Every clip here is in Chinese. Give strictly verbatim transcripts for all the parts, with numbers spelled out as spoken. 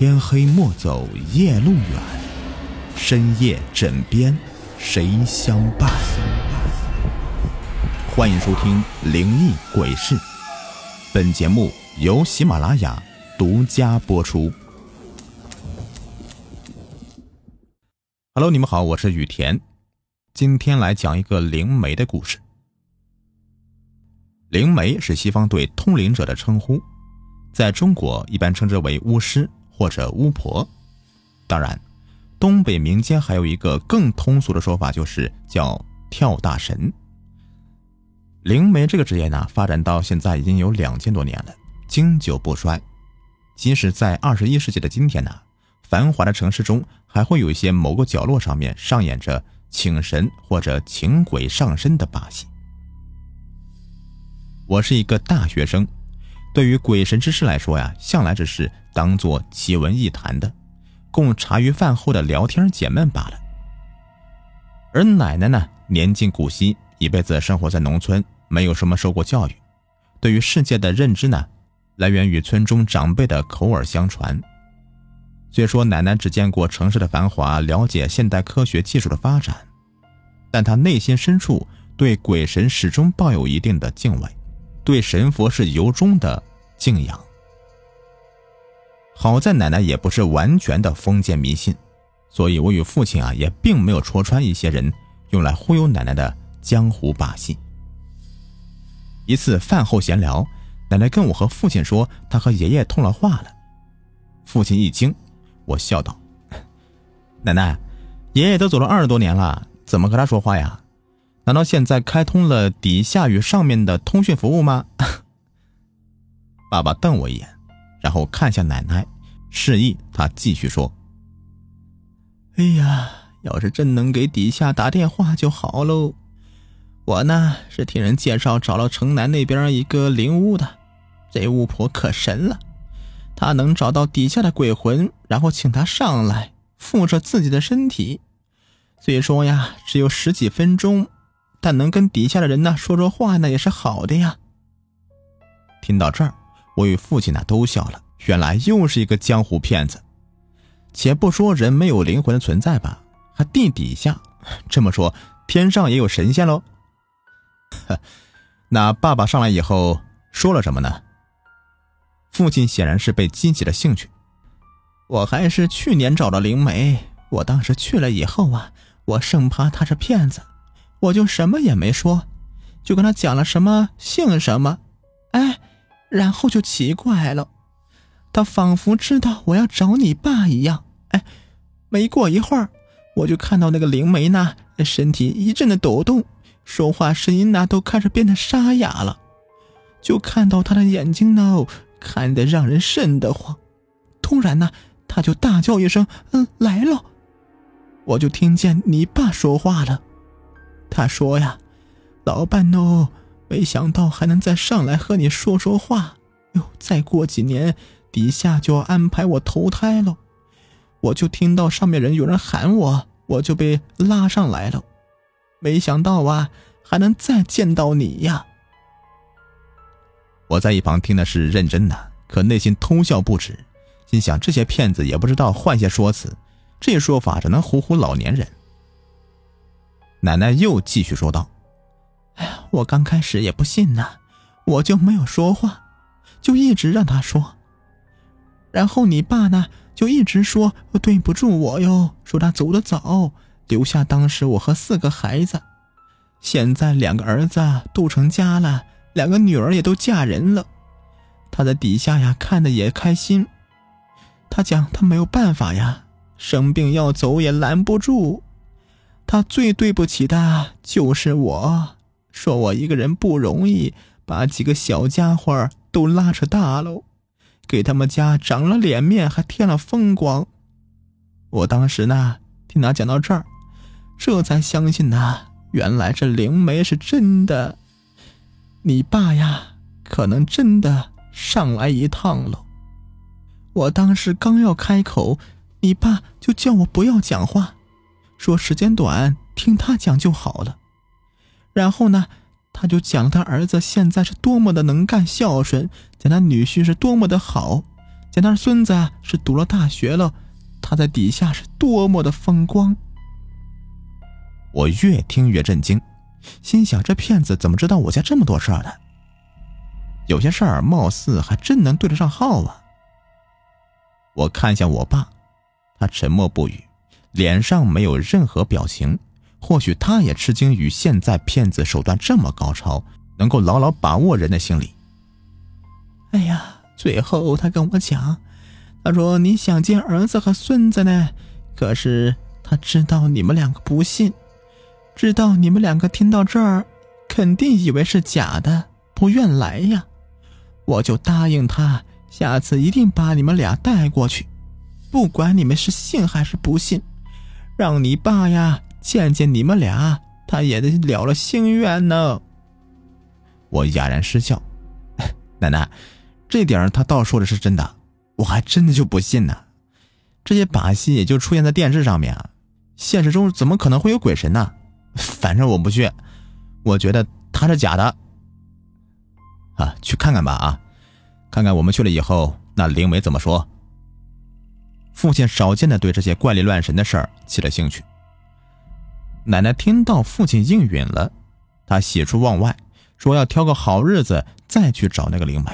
天黑莫走夜路远，深夜枕边谁相伴。欢迎收听灵异鬼事，本节目由喜马拉雅独家播出。Hello， 你们好，我是雨田，今天来讲一个灵媒的故事。灵媒是西方对通灵者的称呼，在中国一般称之为巫师或者巫婆。当然，东北民间还有一个更通俗的说法，就是叫跳大神。灵媒这个职业呢，发展到现在已经有两千多年了，经久不衰。即使在二十一世纪的今天呢，繁华的城市中还会有一些某个角落上面上演着请神或者请鬼上身的把戏。我是一个大学生，对于鬼神之事来说呀，向来只是当作奇闻异谈的，供茶余饭后的聊天解闷罢了。而奶奶呢，年近古稀，一辈子生活在农村，没有什么受过教育，对于世界的认知呢，来源于村中长辈的口耳相传。虽说奶奶只见过城市的繁华，了解现代科学技术的发展，但她内心深处对鬼神始终抱有一定的敬畏，对神佛是由衷的敬仰。好在奶奶也不是完全的封建迷信，所以我与父亲啊也并没有戳穿一些人用来忽悠奶奶的江湖把戏。一次饭后闲聊，奶奶跟我和父亲说她和爷爷通了话了。父亲一惊，我笑道：奶奶，爷爷都走了二十多年了，怎么和他说话呀？难道现在开通了底下与上面的通讯服务吗？爸爸瞪我一眼，然后看向奶奶，示意他继续说。哎呀，要是真能给底下打电话就好喽。我呢，是听人介绍找了城南那边一个灵巫的，这巫婆可神了，她能找到底下的鬼魂，然后请他上来附着自己的身体。虽说呀，只有十几分钟，但能跟底下的人呢说说话呢，也是好的呀。听到这儿，我与父亲呢都笑了，原来又是一个江湖骗子。且不说人没有灵魂的存在吧，还地底下，这么说天上也有神仙咯。那爸爸上来以后说了什么呢？父亲显然是被激起了兴趣。我还是去年找的灵媒，我当时去了以后啊，我生怕他是骗子，我就什么也没说，就跟他讲了什么姓什么，哎，然后就奇怪了，他仿佛知道我要找你爸一样，哎，没过一会儿，我就看到那个灵媒呢，身体一阵的抖动，说话声音呢都开始变得沙哑了，就看到他的眼睛呢，看得让人瘆得慌。突然呢，他就大叫一声，嗯，来了。我就听见你爸说话了，他说呀，老伴哦，没想到还能再上来和你说说话哟，再过几年底下就要安排我投胎了。我就听到上面人有人喊我，我就被拉上来了，没想到啊，还能再见到你呀。我在一旁听的是认真的，可内心偷笑不止，心想这些骗子也不知道换些说辞，这说法只能唬唬老年人。奶奶又继续说道：哎呀，我刚开始也不信呢，我就没有说话，就一直让他说。然后你爸呢，就一直说对不住我哟，说他走得早，留下当时我和四个孩子，现在两个儿子都成家了，两个女儿也都嫁人了，他在底下呀看得也开心。他讲他没有办法呀，生病要走也拦不住，他最对不起的就是我，说我一个人不容易，把几个小家伙都拉扯大喽，给他们家长了脸面，还添了风光。我当时呢，听他讲到这儿，这才相信呢，原来这灵媒是真的，你爸呀，可能真的上来一趟了。我当时刚要开口，你爸就叫我不要讲话，说时间短，听他讲就好了。然后呢，他就讲他儿子现在是多么的能干孝顺，讲他女婿是多么的好， 见他孙子是读了大学了，他在底下是多么的风光。我越听越震惊，心想这骗子怎么知道我家这么多事儿呢？有些事儿貌似还真能对得上号啊。我看向我爸，他沉默不语，脸上没有任何表情，或许他也吃惊于现在骗子手段这么高超，能够牢牢把握人的心理。哎呀，最后他跟我讲，他说你想见儿子和孙子呢，可是他知道你们两个不信，知道你们两个听到这儿肯定以为是假的，不愿来呀。我就答应他，下次一定把你们俩带过去，不管你们是信还是不信，让你爸呀见见你们俩，他也得了了心愿呢。我哑然失笑，奶奶，这点他倒说的是真的，我还真的就不信呢。这些把戏也就出现在电视上面啊，现实中怎么可能会有鬼神呢？反正我不去，我觉得他是假的。啊，去看看吧啊，看看我们去了以后，那灵媒怎么说。父亲少见的对这些怪力乱神的事儿起了兴趣。奶奶听到父亲应允了，她喜出望外，说要挑个好日子再去找那个灵媒。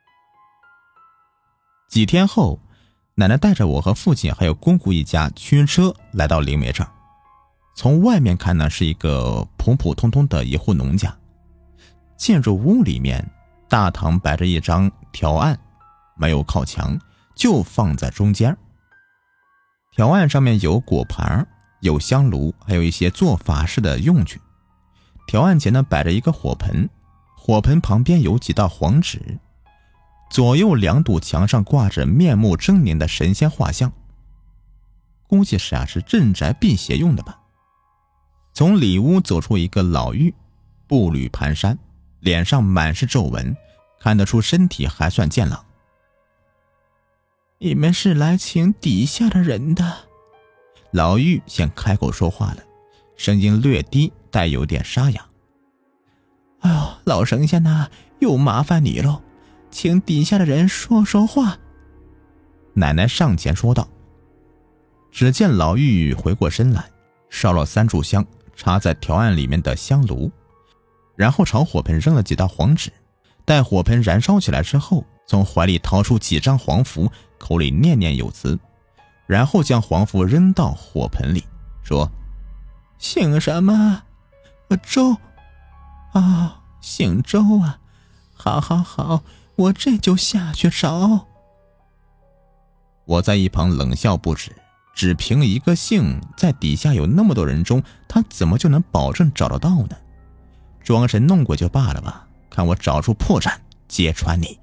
几天后，奶奶带着我和父亲还有姑姑一家驱车来到灵媒这儿。从外面看呢，是一个普普通通的一户农家。进入屋里面，大堂摆着一张条案，没有靠墙，就放在中间。条案上面有果盘，有香炉，还有一些做法事的用具。条案前呢摆着一个火盆，火盆旁边有几道黄纸，左右两堵墙上挂着面目狰狞的神仙画像，估计是啊是镇宅辟邪用的吧。从里屋走出一个老妪，步履蹒跚，脸上满是皱纹，看得出身体还算健朗。你们是来请底下的人的？老妪先开口说话了，声音略低，带有点沙哑。哎呦，老神仙呐，又麻烦你喽，请底下的人说说话。奶奶上前说道。只见老妪回过身来，烧了三炷香，插在条案里面的香炉，然后朝火盆扔了几道黄纸，待火盆燃烧起来之后，从怀里掏出几张黄符，口里念念有词，然后将黄符扔到火盆里，说：姓什么？周啊，姓周啊，好好好，我这就下去找。我在一旁冷笑不止，只凭一个姓，在底下有那么多人中，他怎么就能保证找得到呢？装神弄鬼就罢了吧，看我找出破绽，揭穿你。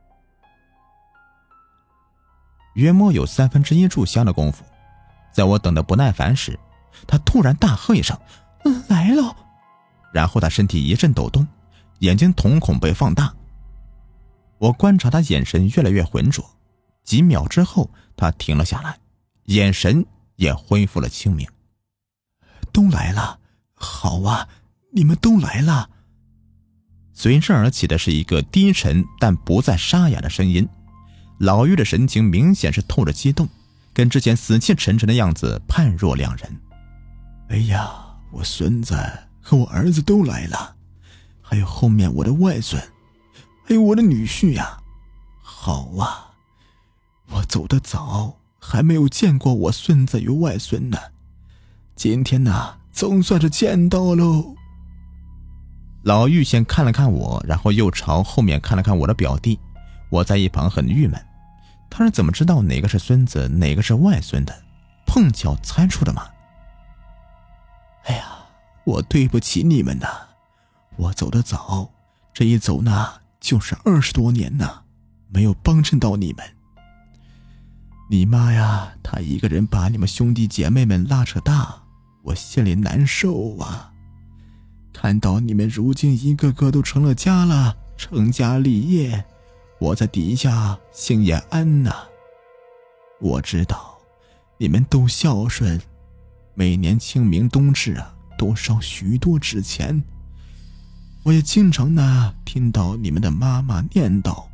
约莫有三分之一炷香的功夫，在我等得不耐烦时，他突然大喝一声：嗯，来了！然后他身体一阵抖动，眼睛瞳孔被放大。我观察他眼神越来越浑浊，几秒之后他停了下来，眼神也恢复了清明。都来了，好啊，你们都来了。随之而起的是一个低沉但不再沙哑的声音，老妪的神情明显是透着激动，跟之前死气沉沉的样子判若两人。哎呀，我孙子和我儿子都来了，还有后面我的外孙，还有我的女婿呀。好啊，我走得早，还没有见过我孙子与外孙呢，今天呢，总算是见到喽。老妪先看了看我，然后又朝后面看了看我的表弟。我在一旁很郁闷，他是怎么知道哪个是孙子，哪个是外孙的？碰巧猜出的吗？哎呀，我对不起你们呐，我走得早，这一走呢，就是二十多年呐，没有帮衬到你们。你妈呀，她一个人把你们兄弟姐妹们拉扯大，我心里难受啊。看到你们如今一个个都成了家了，成家立业，我在底下心也安呐。我知道你们都孝顺，每年清明冬至啊，都烧许多纸钱。我也经常呢听到你们的妈妈念叨，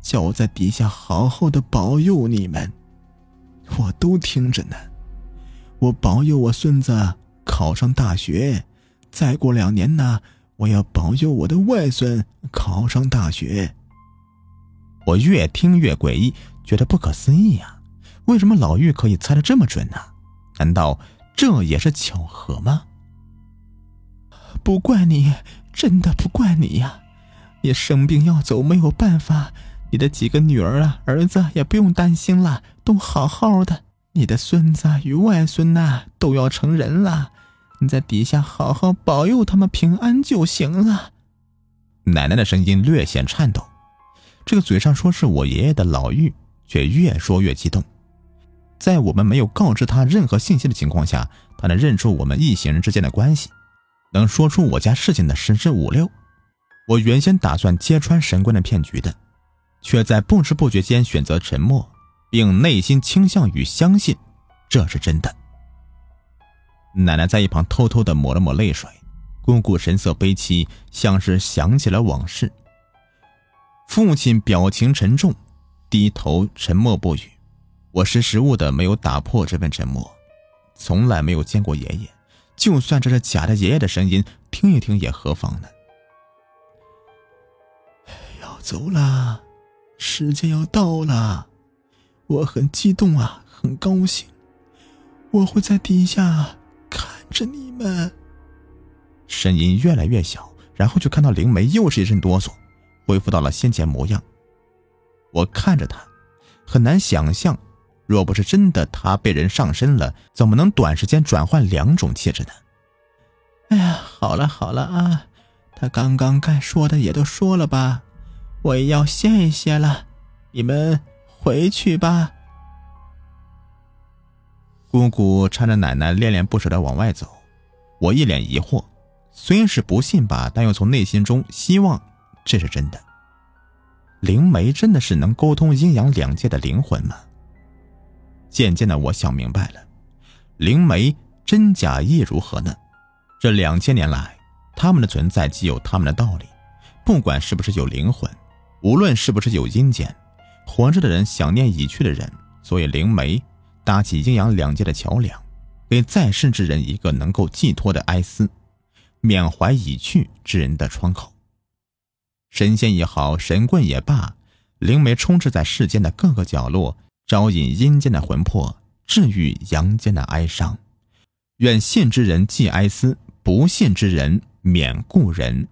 叫我在底下好好的保佑你们，我都听着呢。我保佑我孙子考上大学，再过两年呢，我要保佑我的外孙考上大学。 我越听越诡异，觉得不可思议啊！为什么老妪可以猜得这么准呢？难道这也是巧合吗？ 不怪你，真的不怪你呀！你生病要走没有办法，你的几个女儿啊、儿子也不用担心了，都好好的。你的孙子与外孙呐、啊、都要成人了，你在底下好好保佑他们平安就行了。 奶奶的声音略显颤抖，这个嘴上说是我爷爷的老妪，却越说越激动。在我们没有告知他任何信息的情况下，他能认出我们一行人之间的关系，能说出我家事情的十之五六。我原先打算揭穿神棍的骗局的，却在不知不觉间选择沉默，并内心倾向于相信这是真的。奶奶在一旁偷偷地抹了抹泪水，姑姑神色悲戚，像是想起了往事。父亲表情沉重，低头沉默不语。我识时务的没有打破这份沉默，从来没有见过爷爷，就算这是假的爷爷的声音，听一听也何妨呢？ 要走了，时间要到了，我很激动啊，很高兴，我会在底下看着你们。 声音越来越小，然后就看到灵梅又是一阵哆嗦，恢复到了先前模样。我看着她，很难想象，若不是真的她被人上身了，怎么能短时间转换两种气质呢？ 哎呀，好了好了啊，他刚刚该说的也都说了吧，我也要歇一歇了，你们回去吧。 姑姑搀着奶奶恋恋不舍地往外走，我一脸疑惑，虽是不信吧，但又从内心中希望这是真的。灵媒真的是能沟通阴阳两界的灵魂吗？渐渐的我想明白了，灵媒真假意如何呢？这两千年来，他们的存在既有他们的道理，不管是不是有灵魂，无论是不是有阴间，活着的人想念已去的人，所以灵媒搭起阴阳两界的桥梁，给在世之人一个能够寄托的哀思，缅怀已去之人的窗口。神仙也好，神棍也罢，灵媒充斥在世间的各个角落，招引阴间的魂魄，治愈阳间的哀伤。愿信之人寄哀思，不信之人免故人。